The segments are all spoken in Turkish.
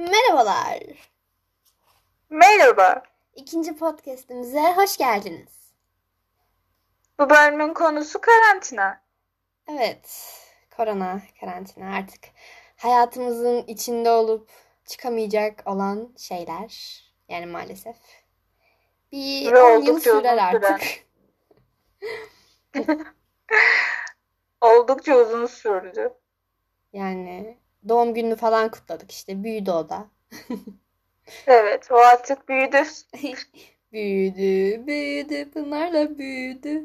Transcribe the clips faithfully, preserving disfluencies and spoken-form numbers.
Merhabalar. Merhaba. İkinci podcast'imize hoş geldiniz. Bu bölümün konusu karantina. Evet, korona, karantina artık hayatımızın içinde olup çıkamayacak olan şeyler. Yani maalesef. Bir Ve on yıl oldukça sürer uzun artık. süren. Oldukça uzun sürdü. Yani doğum gününü falan kutladık işte. Büyüdü o da. Evet, o artık büyüdü. Büyüdü, büyüdü, Pınar'la büyüdü.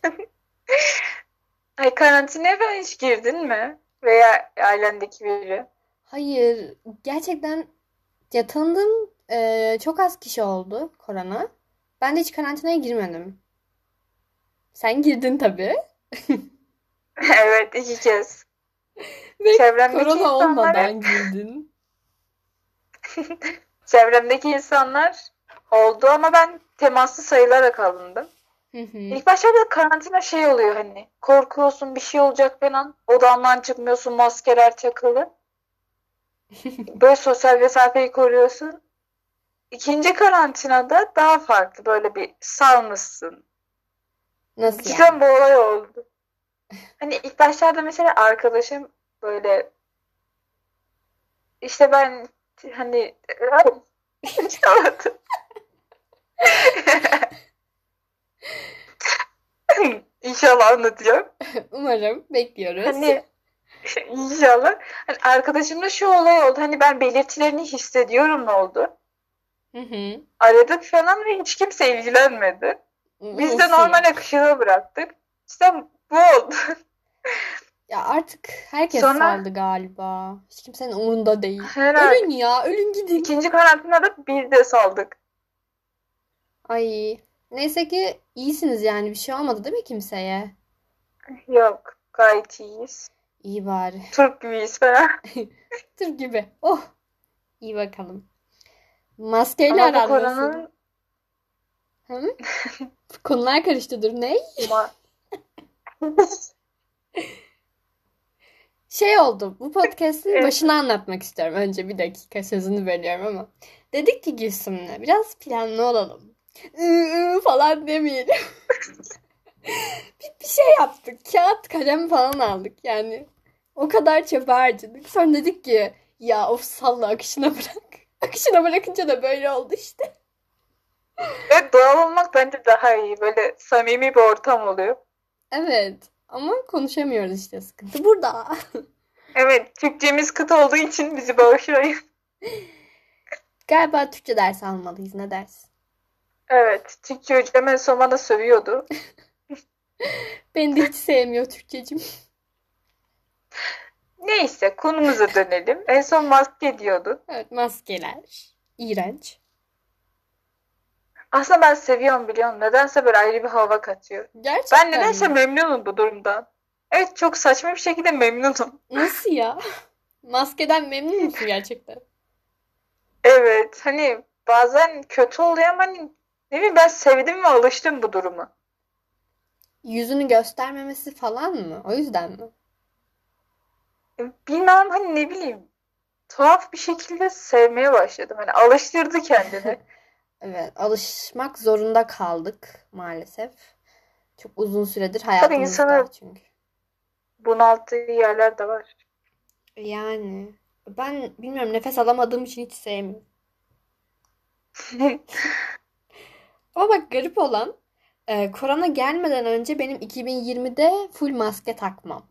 Ay, karantinaya falan hiç girdin mi? Veya ailendeki biri? Hayır, gerçekten ya tanıdığım e, çok az kişi oldu korona. Ben de hiç karantinaya girmedim. Sen girdin tabii. Evet, iki kez. Ve Çevremdeki korona insanlar hep olmadan girdin. çevremdeki insanlar oldu ama ben temaslı sayılarak alındım. Hı hı. İlk başlarda karantina şey oluyor hani. Korkuyorsun bir şey olacak falan. Odandan çıkmıyorsun, maskeler takılı. Böyle sosyal mesafeyi koruyorsun. İkinci karantinada daha farklı. Böyle bir salmışsın. Nasıl Cidden yani? bu olay oldu. Hani ilk başlarda mesela arkadaşım böyle işte ben hani İnşallah anlatacağım. Umarım bekliyoruz. Hani inşallah. Hani arkadaşımla şu olay oldu. Hani ben belirtilerini hissediyorum ne oldu. Hı hı. Aradık falan ve hiç kimse ilgilenmedi. Biz de Nasıl normal ya? akışına bıraktık. İşte bu oldu. Ya artık herkes Sonra saldı galiba. Hiç kimsenin umurunda değil. herhalde Ölün ya, ölün gidin. ikinci karantinada biz de saldık. Ay, neyse ki iyisiniz yani bir şey olmadı değil mi kimseye? Yok, gayet iyiyiz. İyi bari. Türk gibiyiz falan. Tır gibi. Oh, iyi bakalım. Maskeyle Ama bu aran nasıl? koronanın Hı? Konular karıştı dur. Ne? ma- Şey oldu. Bu podcast'in Evet. başını anlatmak istiyorum. Önce bir dakika sözünü bölüyorum ama. Dedik ki Gülsüm'le biraz planlı olalım. Iı, ıı falan demeyelim. bir, bir şey yaptık. Kağıt kalem falan aldık yani. O kadar çaba harcadık. Sonra dedik ki ya of salla akışına bırak. Akışına bırakınca da böyle oldu işte. Evet, doğal olmak bence daha iyi. Böyle samimi bir ortam oluyor. Evet ama konuşamıyoruz işte sıkıntı burada. Evet, Türkçemiz kıt olduğu için bizi bağışlayın. Galiba Türkçe dersi almalıyız ne dersin? Evet, Türkçe hocam en son bana sövüyordu. Beni de hiç sevmiyor Türkçecim. Neyse, konumuza dönelim. En son maske diyordu. Evet maskeler. İğrenç. Aslında ben seviyorum biliyorum. Nedense böyle ayrı bir hava katıyor. Ben Gerçekten nedense mi? memnunum bu durumdan. Evet, çok saçma bir şekilde memnunum. Nasıl ya? Maskeden memnun musun gerçekten? Evet, hani bazen kötü oluyor ama hani ne bileyim ben sevdim ve alıştım bu duruma. Yüzünü göstermemesi falan mı? O yüzden mi? Bilmem hani ne bileyim tuhaf bir şekilde sevmeye başladım. Hani alıştırdı kendini. Evet, alışmak zorunda kaldık maalesef. Çok uzun süredir Tabii hayatımızda insanı çünkü. bunalttığı yerler de var. Yani ben bilmiyorum nefes alamadığım için hiç sevmiyorum. Ama bak garip olan e, korona gelmeden önce benim iki bin yirmide full maske takmam.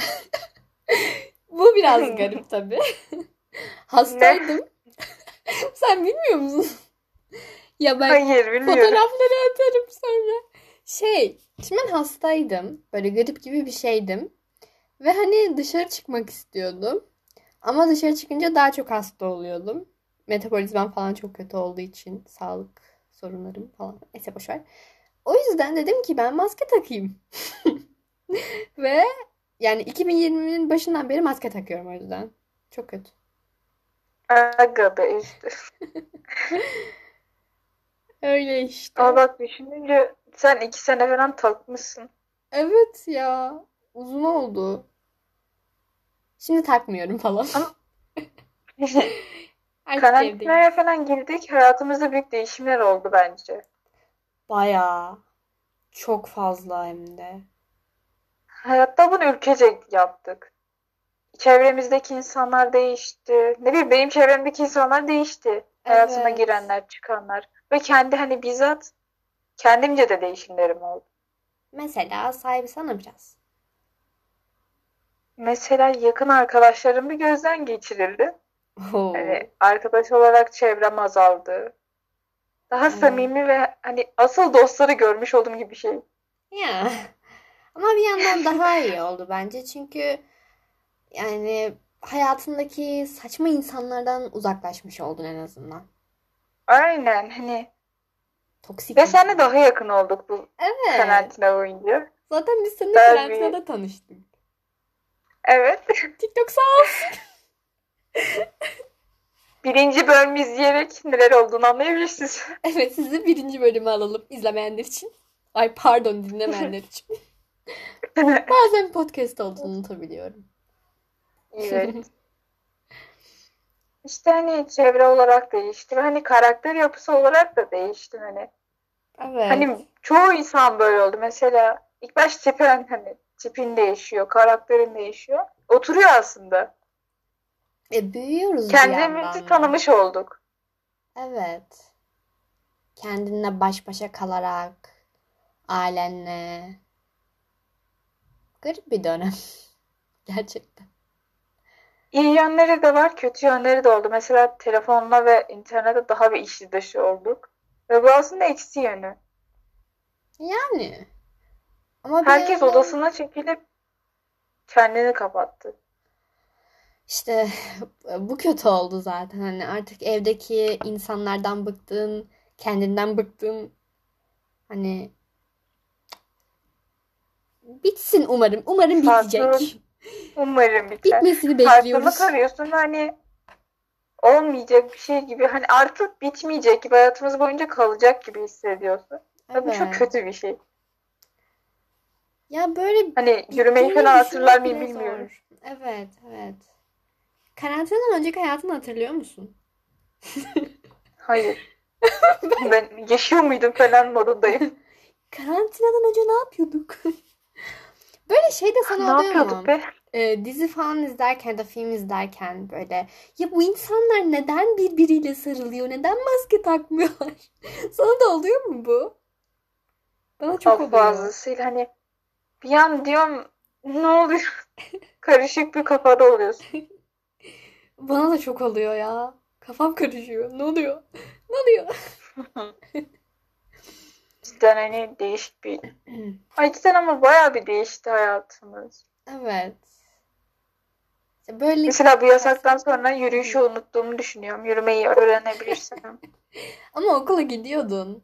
Bu biraz garip tabii. Ne? Hastaydım. Sen bilmiyor musun? Ya bak Hayır bilmiyorum. fotoğrafları atarım sonra. Şey, şimdi ben hastaydım. Böyle grip gibi bir şeydim. Ve hani dışarı çıkmak istiyordum. Ama dışarı çıkınca daha çok hasta oluyordum. Metabolizmam falan çok kötü olduğu için sağlık sorunlarım falan. Neyse boşver. O yüzden dedim ki ben maske takayım. Ve yani iki bin yirminin başından beri maske takıyorum o yüzden. Çok kötü. Aga be işte. Öyle Ama işte. bak düşününce sen iki sene falan takmışsın. Evet ya. Uzun oldu. Şimdi takmıyorum falan. Ama Artık evdeyiz. Karantinaya falan girdik. Hayatımızda büyük değişimler oldu bence. Bayağı. Çok fazla hem de. Hayatta bunu ülkece yaptık. Çevremizdeki insanlar değişti. Ne bileyim benim çevremdeki insanlar değişti. Hayatıma Evet. girenler, çıkanlar. Ve kendi hani bizzat kendimce de değişimlerim oldu. Mesela sahibi sana biraz. Mesela yakın arkadaşlarım bir gözden geçirildi. Oo. Hani arkadaş olarak çevrem azaldı. Daha Evet. samimi ve hani asıl dostları görmüş olduğum gibi bir şey. Ya. Ama bir yandan daha iyi oldu bence. Çünkü yani hayatındaki saçma insanlardan uzaklaşmış oldun en azından. Aynen hani Toksik ve seninle insanlar. daha yakın olduk bu Evet. karantina boyunca. Zaten biz seninle Daha bir karantinada tanıştık. evet. TikTok sağ olsun. Birinci bölüm izleyerek neler olduğunu anlayabilirsiniz. Evet, sizi birinci bölümü alalım izlemeyenler için. Ay pardon, dinlemeyenler için. Bazen podcast olduğunu unutabiliyorum. Evet. İşte hani çevre olarak değişti ve hani karakter yapısı olarak da değişti hani. Evet. Hani çoğu insan böyle oldu. Mesela ilk baş tipin hani tipin değişiyor, karakterin değişiyor. Oturuyor aslında. E, büyüyoruz bir Kendimizi yandan da. tanımış olduk. Evet. Kendinle baş başa kalarak, ailenle. Garip bir dönem. Gerçekten. İyi yönleri de var, kötü yönleri de oldu. Mesela telefonla ve internete daha bir içli dışı olduk. Ve bu aslında eksi yönü. Yani. Ama bir Herkes yandan odasına çekilip kendini kapattı. işte bu kötü oldu zaten. Hani artık evdeki insanlardan bıktın, kendinden bıktın. Hani bitsin umarım. Umarım Farklı bitecek. umarım biter. Bitmesini Farklılık bekliyoruz. arıyorsun hani olmayacak bir şey gibi hani artık bitmeyecek gibi hayatımız boyunca kalacak gibi hissediyorsun. Ve bu çok Evet. kötü bir şey. Ya böyle Hani yürümeyi bittiğini falan hatırlar düşünmek mıyım bile bilmiyorum. zor. Evet, evet. Karantinadan önceki hayatını hatırlıyor musun? Hayır. Ben yaşıyor muydum falan modundayım. Karantinadan önce ne yapıyorduk? Böyle şey de sana Ne oluyor yapıyorduk mu? be? Ee, dizi falan izlerken de film izlerken böyle ya bu insanlar neden birbiriyle sarılıyor? Neden maske takmıyorlar? Sana da oluyor mu bu? Bana çok Çok oluyor. fazlasıyla hani bir an diyorum ne oluyor? Karışık bir kafada oluyorsun. Bana da çok oluyor ya. Kafam karışıyor. Ne oluyor? Ne oluyor? Cidden hani değişik bir... Ay cidden ama bayağı bir değişti hayatımız. Evet. İşte böyle Mesela bu yasaktan karşılıklı. sonra yürüyüşü unuttuğumu düşünüyorum. Yürümeyi öğrenebilirsem. Ama okula gidiyordun.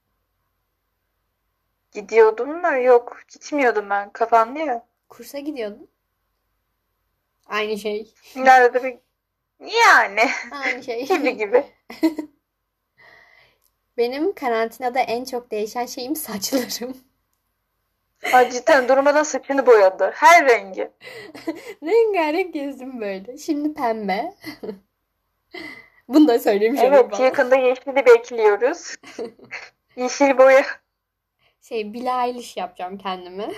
Gidiyordum da yok. Gitmiyordum ben. Kapandı ya. Kursa gidiyordun. Aynı şey. Nerede bir... Yani. Aynı şey. Gibi gibi. Benim karantinada en çok değişen şeyim saçlarım. Ay cidden durmadan saçını boyadı. Her rengi. Rengarenk gezdim böyle. Şimdi pembe. Bunu da söylemiş olayım Evet falan. yakında yeşili bekliyoruz. Yeşil boya. Şey Billie Eilish yapacağım kendime.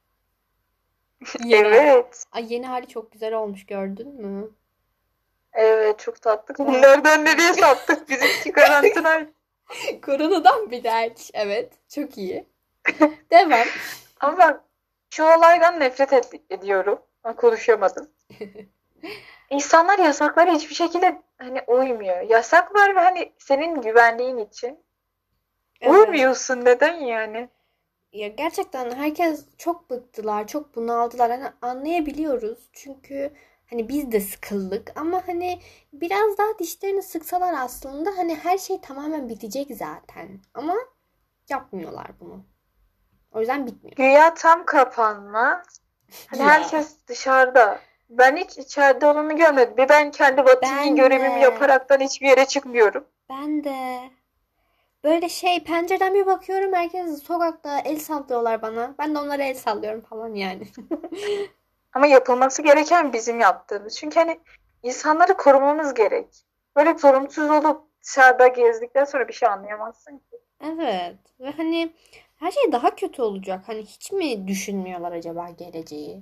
Yeni. Evet. Ay yeni hali çok güzel olmuş, gördün mü? Evet çok tatlı. Nereden nereye sattık bizimki karantina. Koronadan Billie Eilish. Evet. Çok iyi. Devam. Ama ben şu olaydan nefret ed- ediyorum. Ben konuşamadım. İnsanlar yasaklara hiçbir şekilde hani uymuyor. Yasak var ve hani senin güvenliğin için. Evet. Uymuyorsun neden yani? Ya gerçekten herkes çok bıktılar, çok bunaldılar. Hani anlayabiliyoruz. Çünkü hani biz de sıkıldık ama hani biraz daha dişlerini sıksalar aslında hani her şey tamamen bitecek zaten. Ama yapmıyorlar bunu. O yüzden bitmiyor. Güya tam kapanma. Hani Ya herkes dışarıda. Ben hiç içeride olanı görmedim. Bir ben kendi vatikan ben görevimi de yaparaktan hiçbir yere çıkmıyorum. ben de böyle şey pencereden bir bakıyorum, herkes sokakta el sallıyorlar bana. Ben de onlara el sallıyorum falan yani. Ama yapılması gereken bizim yaptığımız. Çünkü hani insanları korumamız gerek. Böyle sorumsuz olup dışarıda gezdikten sonra bir şey anlayamazsın ki. Evet. Ve hani her şey daha kötü olacak. Hani hiç mi düşünmüyorlar acaba geleceği?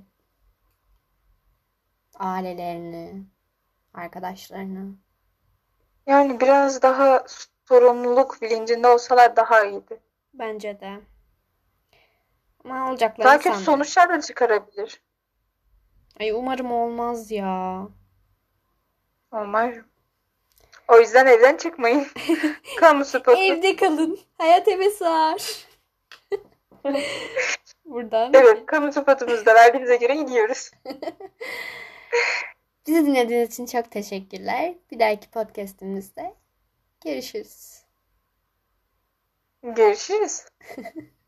Ailelerini, arkadaşlarını. Yani biraz daha sorumluluk bilincinde olsalar daha iyiydi. Bence de. Ama olacaklarını Daha kötü sanmıyorum. sonuçlar da çıkarabilir. Ay umarım olmaz ya. Umarım. O yüzden evden çıkmayın. Kamu spotu. Evde kalın. Hayat eve sığar. Buradan. Evet, kamu spotumuzu da verdiğimize göre gidiyoruz. Bizi dinlediğiniz için çok teşekkürler. Bir dahaki podcastimizde görüşürüz. Görüşürüz.